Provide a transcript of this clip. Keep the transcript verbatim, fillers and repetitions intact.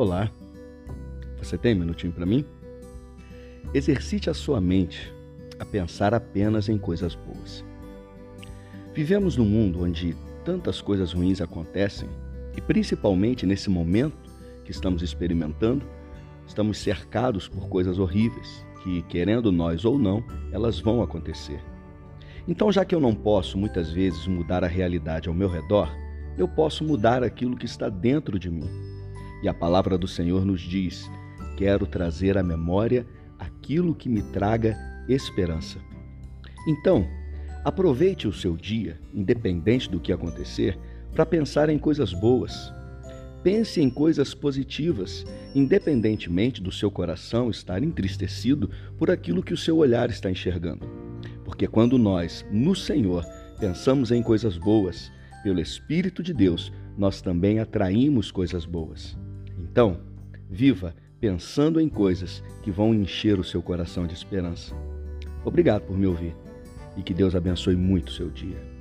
Olá, você tem um minutinho para mim? Exercite a sua mente a pensar apenas em coisas boas. Vivemos num mundo onde tantas coisas ruins acontecem e principalmente nesse momento que estamos experimentando, estamos cercados por coisas horríveis que, querendo nós ou não, elas vão acontecer. Então, já que eu não posso muitas vezes mudar a realidade ao meu redor, eu posso mudar aquilo que está dentro de mim. E a palavra do Senhor nos diz: quero trazer à memória aquilo que me traga esperança. Então, aproveite o seu dia, independente do que acontecer, para pensar em coisas boas. Pense em coisas positivas, independentemente do seu coração estar entristecido por aquilo que o seu olhar está enxergando. Porque quando nós, no Senhor, pensamos em coisas boas, pelo Espírito de Deus, nós também atraímos coisas boas. Então, viva pensando em coisas que vão encher o seu coração de esperança. Obrigado por me ouvir e que Deus abençoe muito o seu dia.